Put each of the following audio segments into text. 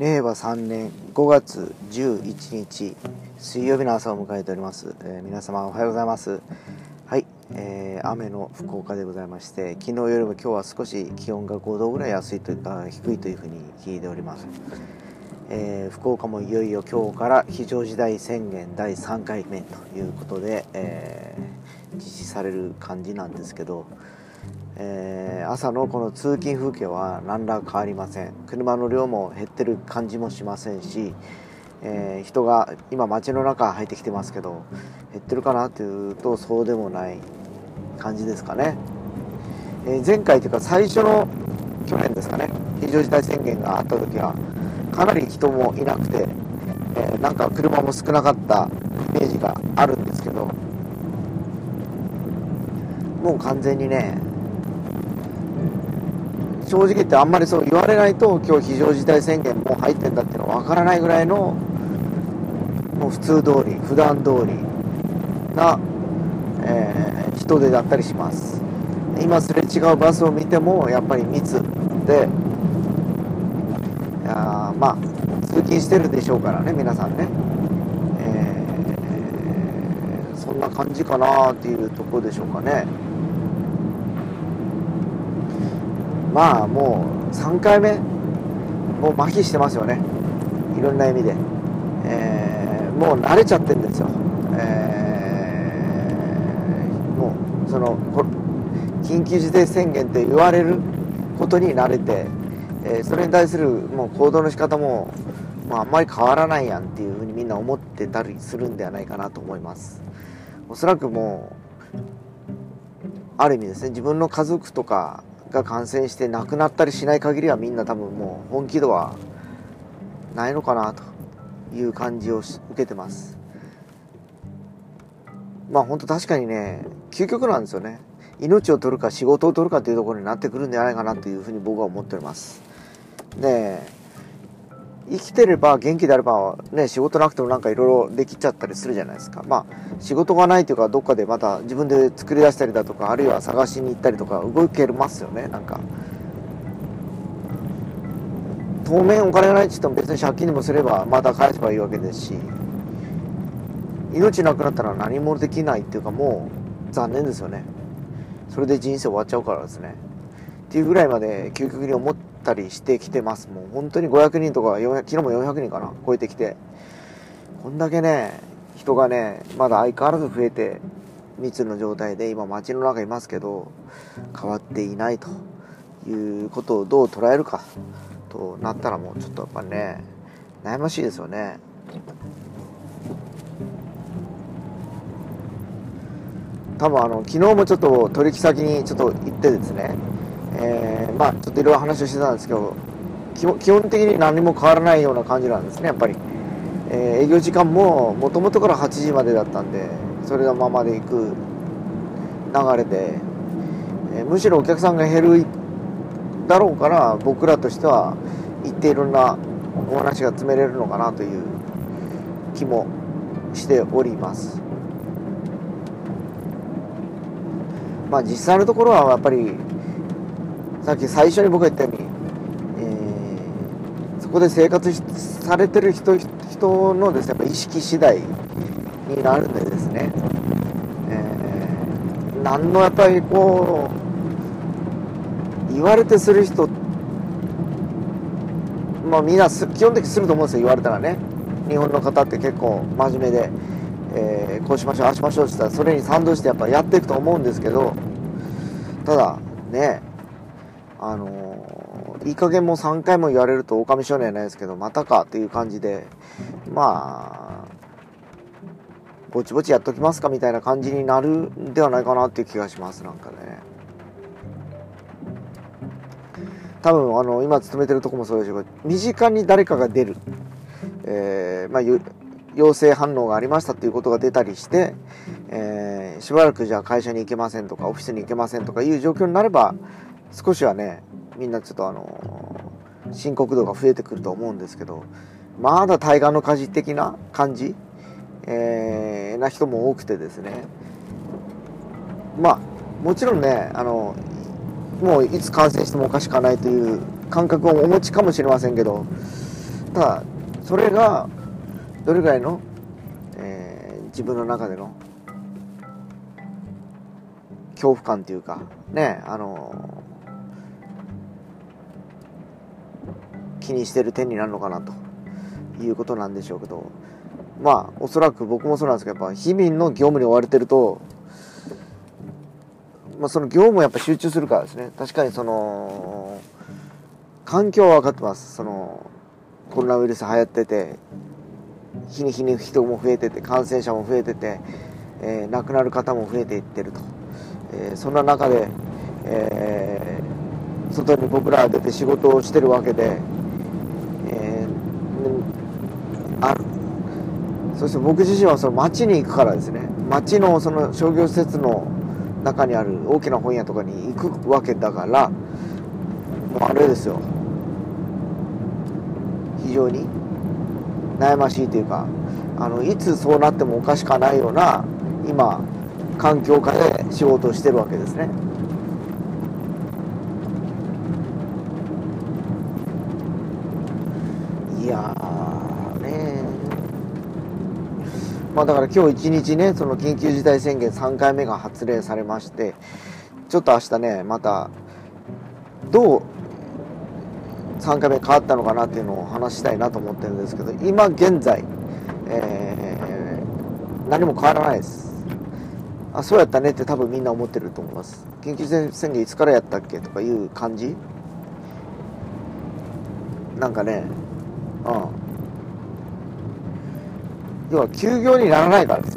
令和3年5月11日水曜日の朝を迎えております。皆様おはようございます。はい、雨の福岡でございまして、昨日よりも今日は少し気温が5度ぐらい安いというか低いというふうに聞いております。福岡もいよいよ今日から非常事態宣言第3回目ということで、実施される感じなんですけど、朝のこの通勤風景は何ら変わりません。車の量も減ってる感じもしませんし、人が今街の中入ってきてますけど減ってるかなというとそうでもない感じですかね。前回というか最初の去年ですかね、非常事態宣言があった時はかなり人もいなくて、なんか車も少なかったイメージがあるんですけど、もう完全にね、正直言ってあんまりそう言われないと今日非常事態宣言もう入ってんだっていうのは分からないぐらいのもう普通通り普段通りな、人出だったりします。今すれ違うバスを見てもやっぱり密で、まあ通勤してるでしょうからね皆さんね、そんな感じかなっていうところでしょうかね。まあもう3回目もう麻痺してますよね、いろんな意味で、もう慣れちゃってるんですよ、もうその緊急事態宣言って言われることに慣れて、それに対するもう行動の仕方も、あんまり変わらないやんっていうふうにみんな思ってたりするんではないかなと思います。おそらくもうある意味ですね、自分の家族とかが感染して亡くなったりしない限りはみんな多分もう本気度はないのかなという感じを受けてます。本当確かにね、究極なんですよね。命を取るか仕事を取るかというところになってくるんじゃないかなというふうに僕は思っております。で、生きてれば元気であればね、仕事なくてもなんかいろいろできちゃったりするじゃないですか。仕事がないというかどっかでまた自分で作り出したりだとか、あるいは探しに行ったりとか動けますよね。なんか当面お金がないって言っても別に借金でもすればまた返せばいいわけですし、命なくなったら何もできないっていうかもう残念ですよね。それで人生終わっちゃうからですねっていうぐらいまで究極に思ったりしてきてます。もう本当に500人とか昨日も400人かな超えてきて、こんだけね人がねまだ相変わらず増えて密の状態で今街の中いますけど変わっていないということをどう捉えるかとなったら、もうちょっとやっぱね悩ましいですよね。多分昨日もちょっと取引先にちょっと行ってですね、ちょっといろいろ話をしてたんですけど、基本的に何も変わらないような感じなんですね。やっぱり、営業時間ももともとから8時までだったんで、それがままで行く流れで、むしろお客さんが減るだろうから僕らとしては行っていろんなお話が詰めれるのかなという気もしております。実際のところはやっぱりさっき最初に僕が言ったように、そこで生活されてる人のですね、やっぱ意識次第になるんでですね、何のやっぱりこう言われてする人、みんな基本的にすると思うんですよ。言われたらね、日本の方って結構真面目で、こうしましょうああしましょうって言ったらそれに賛同してやっぱやっていくと思うんですけど、ただね、いい加減もう3回も言われると狼少年はないですけどまたかっていう感じで、ぼちぼちやっときますかみたいな感じになるんではないかなっていう気がします。なんかね、多分今勤めてるとこもそうでしょうけど、身近に誰かが出る、陽性反応がありましたっていうことが出たりして、しばらくじゃあ会社に行けませんとかオフィスに行けませんとかいう状況になれば少しはねみんなちょっと深刻度が増えてくると思うんですけど、まだ対岸の火事的な感じ、な人も多くてですね、もちろんねもういつ感染してもおかしくはないという感覚をお持ちかもしれませんけど、 ただそれがどれぐらいの、自分の中での恐怖感というかね、気にしてる点になるのかなということなんでしょうけど、まあおそらく僕もそうなんですけど、やっぱ日々の業務に追われてると、その業務をやっぱ集中するからですね。確かにその環境は分かってます。そのコロナウイルス流行ってて、日に日に人も増えてて、感染者も増えてて、亡くなる方も増えていってると、そんな中で、外に僕らは出て仕事をしてるわけで、そして僕自身はその街に行くからですね、街のその商業施設の中にある大きな本屋とかに行くわけだから、もうあれですよ、非常に悩ましいというか、いつそうなってもおかしくないような今環境下で仕事をしてるわけですね。いやーねだから今日一日ね、その緊急事態宣言3回目が発令されまして、ちょっと明日ね、またどう3回目変わったのかなっていうのを話したいなと思ってるんですけど、今現在、何も変わらないです。そうやったねって多分みんな思ってると思います。緊急事態宣言いつからやったっけとかいう感じなんかね、要は休業にならないからですよ。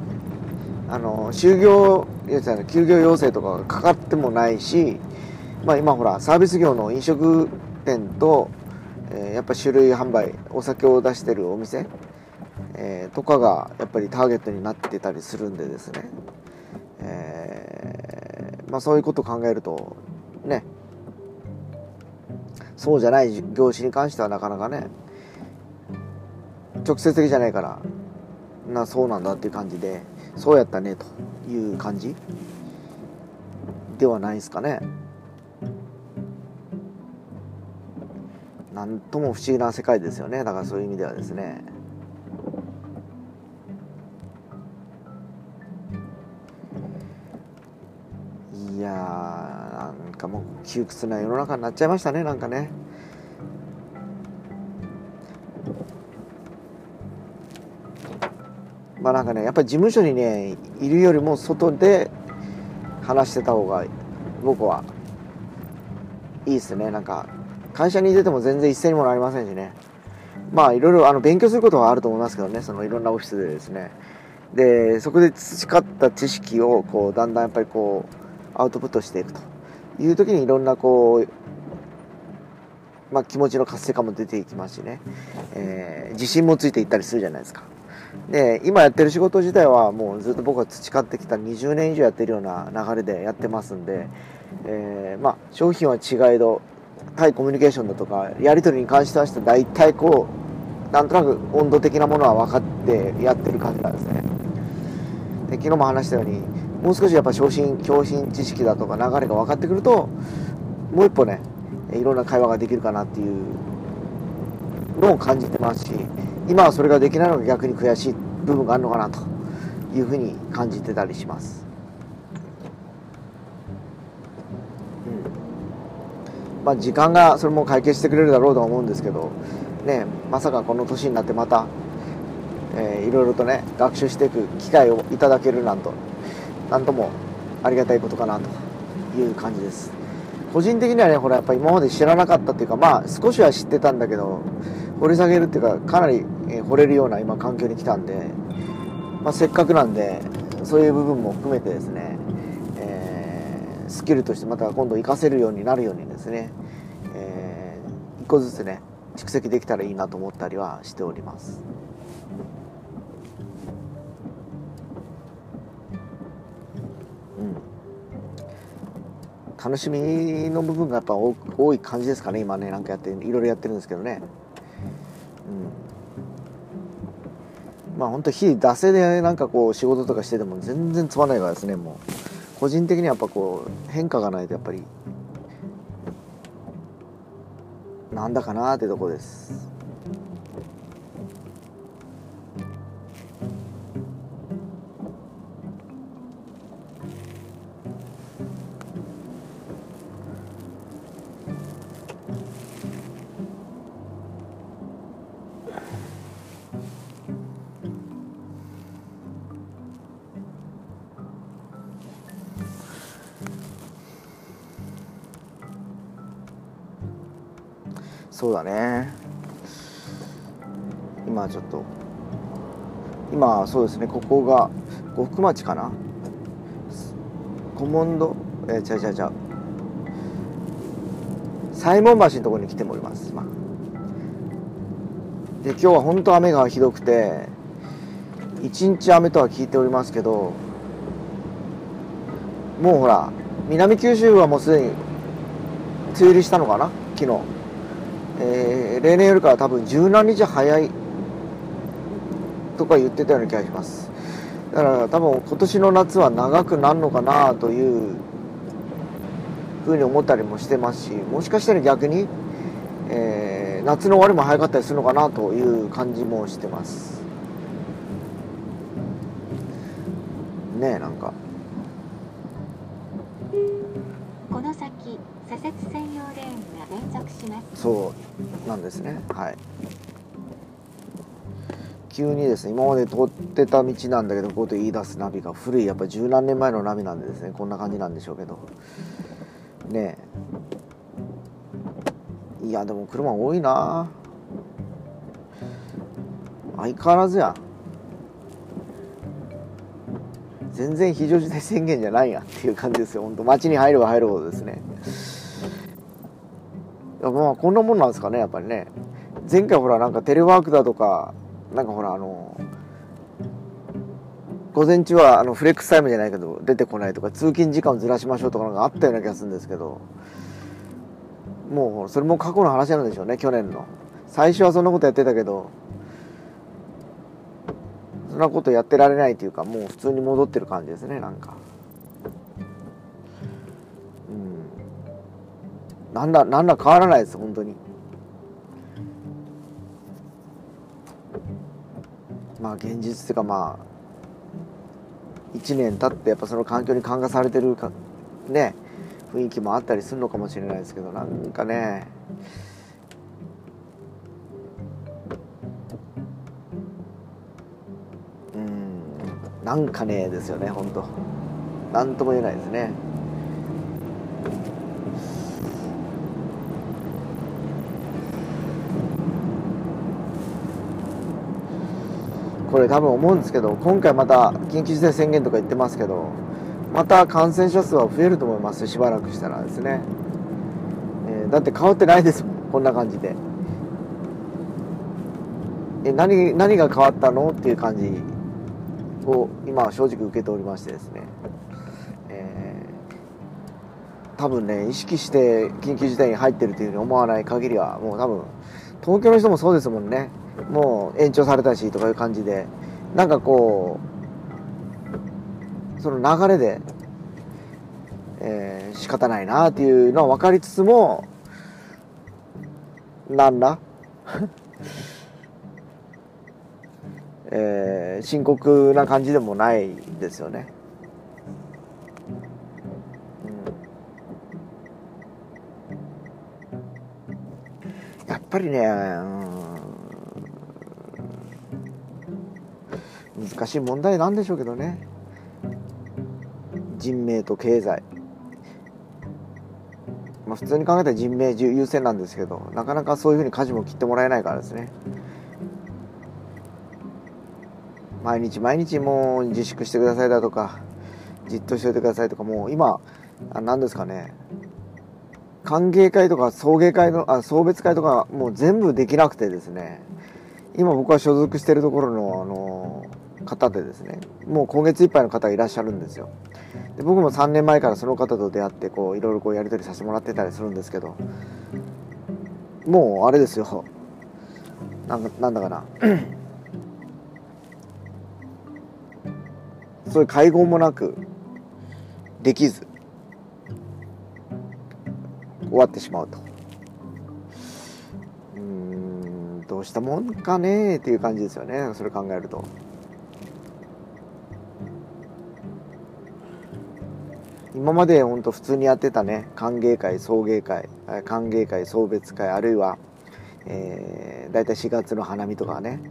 休業要請とかがかかってもないし、今ほらサービス業の飲食店と、やっぱ酒類販売、お酒を出してるお店、とかがやっぱりターゲットになってたりするんでですね、そういうことを考えるとね、そうじゃない業種に関してはなかなかね、直接的じゃないからそうなんだっていう感じで、そうやったねという感じではないですかね。なんとも不思議な世界ですよね。だからそういう意味ではですね、いやー、なんかもう窮屈な世の中になっちゃいましたね。なんかね、なんかね、やっぱり事務所にねいるよりも外で話してた方が僕はいいですね。なんか会社にいてても全然一斉にもなりませんしね。いろいろ勉強することはあると思いますけどね、そのいろんなオフィスでですね。でそこで培った知識をこうだんだんやっぱりこうアウトプットしていくという時に、いろんなこう、気持ちの活性化も出ていきますしね、自信もついていったりするじゃないですか。で今やってる仕事自体はもうずっと僕が培ってきた20年以上やってるような流れでやってますんで、商品は違いど対コミュニケーションだとかやり取りに関しては大体こうなんとなく温度的なものは分かってやってる感じなんですね。で昨日も話したように、もう少しやっぱ教訓知識だとか流れが分かってくると、もう一歩ねいろんな会話ができるかなっていうのを感じてますし、今はそれができないのが逆に悔しい部分があるのかなというふうに感じてたりします。時間がそれも解決してくれるだろうとは思うんですけどね、まさかこの年になってまた、いろいろとね学習していく機会をいただけるなんともありがたいことかなという感じです。個人的にはね、やっぱり今まで知らなかったっていうか、少しは知ってたんだけど掘り下げるっていうか、かなり掘れるような今環境に来たんで、せっかくなんでそういう部分も含めてですね、スキルとしてまた今度活かせるようになるようにですね、一個ずつね蓄積できたらいいなと思ったりはしております。楽しみの部分がやっぱ多い感じですかね今ね。なんかいろいろやってるんですけどね。本当日惰性でなんかこう仕事とかしてても全然つまんないからですね。もう個人的にはやっぱこう変化がないとやっぱりなんだかなーってとこです。 そうだね。今ちょっと今そうですね、ここが呉服町かな、古門戸違う西門橋のところに来ております、で今日は本当雨がひどくて一日雨とは聞いておりますけど、もうほら南九州はもうすでに梅雨入りしたのかな昨日、例年よりかは多分十何日早いとか言ってたような気がします。だから多分今年の夏は長くなるのかなというふうに思ったりもしてますし、もしかしたら逆に、夏の終わりも早かったりするのかなという感じもしてますね。なんかこの先左折専用レーンが連続します。 そうなんですね。はい。急にですね、今まで通ってた道なんだけどこうと言い出すナビが古い、やっぱ十何年前のナビなんでですね、こんな感じなんでしょうけどね。いやでも車多いな、相変わらずやん。全然非常事態宣言じゃないやんっていう感じですよ。本当街に入れば入るほどですね。いやまあこんなもんなんですかね、やっぱりね。前回ほらなんかテレワークだとか、なんかほら午前中はフレックスタイムじゃないけど出てこないとか、通勤時間をずらしましょうとかなんかあったような気がするんですけど、もうそれも過去の話なんでしょうね。去年の最初はそんなことやってたけど、そんなことやってられないというか、もう普通に戻ってる感じですね。なんかなんだ変わらないです本当に。まあ現実っていうか、まあ1年経ってやっぱその環境に感化されてるかね、雰囲気もあったりするのかもしれないですけど、なんかね、なんかねですよね。本当なんとも言えないですね。これ多分思うんですけど、今回また緊急事態宣言とか言ってますけど、また感染者数は増えると思いますよ、しばらくしたらですね。だって変わってないですもん、こんな感じで。何が変わったのっていう感じを今は正直受けておりましてですね、多分ね、意識して緊急事態に入ってるというふうに思わない限りは、もう多分東京の人もそうですもんね。もう延長されたしとかいう感じで、なんかこうその流れで、仕方ないなっていうのは分かりつつも、なんだ深刻な感じでもないですよね。やっぱりね、難しい問題なんでしょうけどね。人命と経済、普通に考えたら人命優先なんですけど、なかなかそういうふうに舵も切ってもらえないからですね。毎日もう自粛してくださいだとか、じっとしておいてくださいとか、もう今何ですかね、歓迎会とか送別会とかもう全部できなくてですね、今僕は所属しているところの方でですね、もう今月いっぱいの方がいらっしゃるんですよ。で僕も3年前からその方と出会っていろいろやり取りさせてもらってたりするんですけど、もうあれですよ、なんだかなそういう会合もなくできず終わってしまうと、どうしたもんかねっていう感じですよね。それ考えると今まで本当普通にやってたね、歓迎会送別会、あるいは、だいたい4月の花見とかね、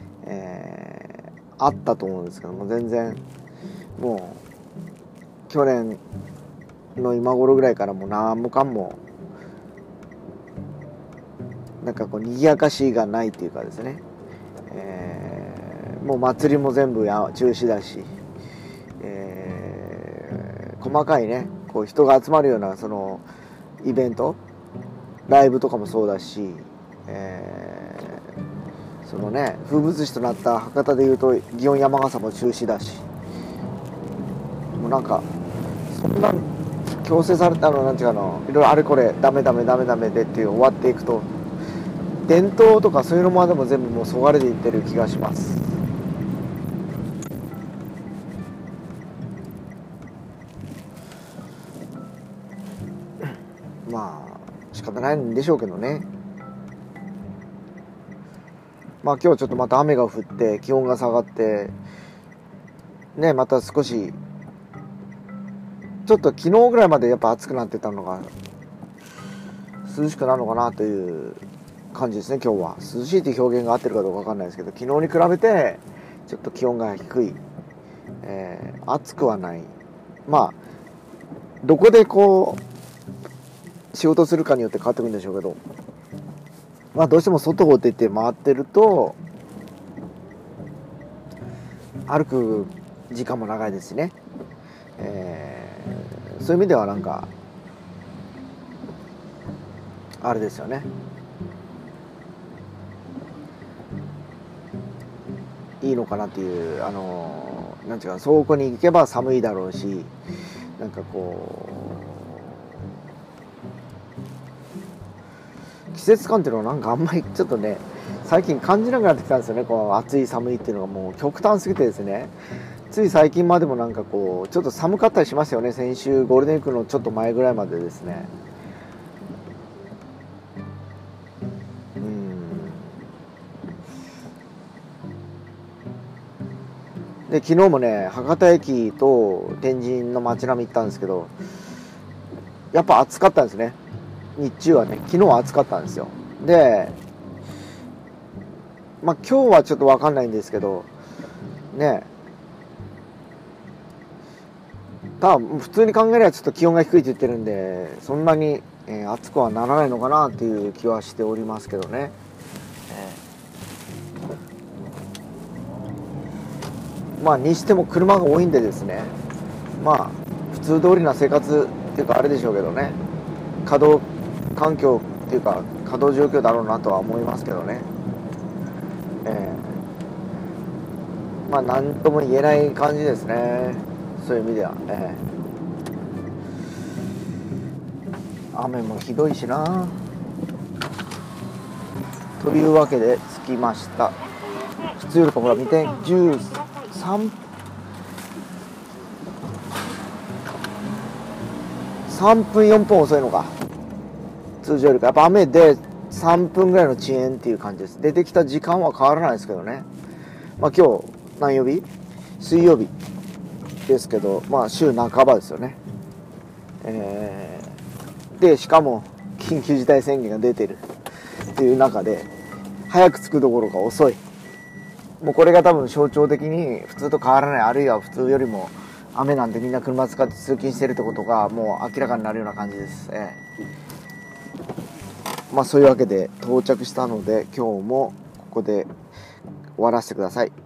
あったと思うんですけども、全然もう去年の今頃ぐらいからもう何もかんもなんかこう賑やかしがないっていうかですね、もう祭りも全部中止だし、細かいねこう人が集まるようなそのイベントライブとかもそうだし、そのね風物詩となった博多でいうと祇園山笠も中止だし、もうなんかそんな強制されたのなんていうかのいろいろあれこれダメでっていう終わっていくと伝統とかそういうのまでも全部もうそがれていってる気がします。まあ仕方ないんでしょうけどね。まあ今日ちょっとまた雨が降って気温が下がってね、また少しちょっと昨日ぐらいまでやっぱ暑くなってたのが涼しくなるのかなという感じですね。今日は涼しいという表現が合ってるかどうか分かんないですけど、昨日に比べてちょっと気温が低い、暑くはない。まあどこでこう仕事するかによって変わってくるんでしょうけど、まあどうしても外を出て回ってると歩く時間も長いですしね、そういう意味ではなんかあれですよね、いいのかなっていう、なんていうか倉庫に行けば寒いだろうし、なんかこう季節感っていうのはなんかあんまりちょっとね最近感じなくなってきたんですよね。こう暑い寒いっていうのがもう極端すぎてですね、つい最近までもなんかこうちょっと寒かったりしますよね。先週ゴールデンウィークのちょっと前ぐらいまでですね。で昨日もね博多駅と天神の街並み行ったんですけど、やっぱ暑かったんですね。日中はね、昨日は暑かったんですよ。でまあ今日はちょっと分かんないんですけどね、ただ普通に考えればちょっと気温が低いって言ってるんでそんなに、暑くはならないのかなっていう気はしておりますけどね。まあにしても車が多いんでですね、まあ普通通りな生活っていうかあれでしょうけどね、稼働環境っていうか稼働状況だろうなとは思いますけどね。まあ何とも言えない感じですね、そういう意味では。雨もひどいしな。というわけで着きました。普通よりかほら見て3分4分遅いのか、通常よりかやっぱ雨で3分ぐらいの遅延っていう感じです。出てきた時間は変わらないですけどね。まあ今日何曜日？水曜日ですけど、まあ週半ばですよね。でしかも緊急事態宣言が出てるっていう中で早く着くどころか遅い。もうこれが多分象徴的に普通と変わらない、あるいは普通よりも雨なんでみんな車使って通勤してるってことがもう明らかになるような感じです。まあそういうわけで到着したので今日もここで終わらせてください。